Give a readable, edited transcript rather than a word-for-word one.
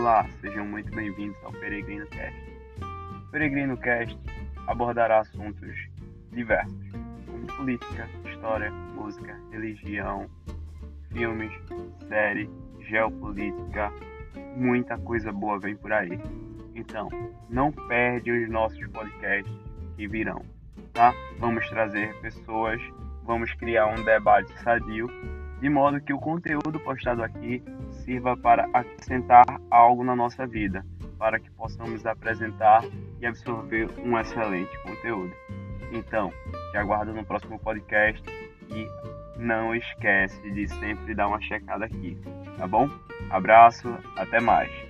Olá, sejam muito bem-vindos ao Peregrino Cast. O Peregrino Cast abordará assuntos diversos, como política, história, música, religião, filmes, série, geopolítica, muita coisa boa vem por aí. Então, não perde os nossos podcasts que virão, tá? Vamos trazer pessoas, vamos criar um debate sadio, de modo que o conteúdo postado aqui sirva para acrescentar algo na nossa vida, para que possamos apresentar e absorver um excelente conteúdo. Então, te aguardo no próximo podcast e não esquece de sempre dar uma checada aqui, tá bom? Abraço, até mais!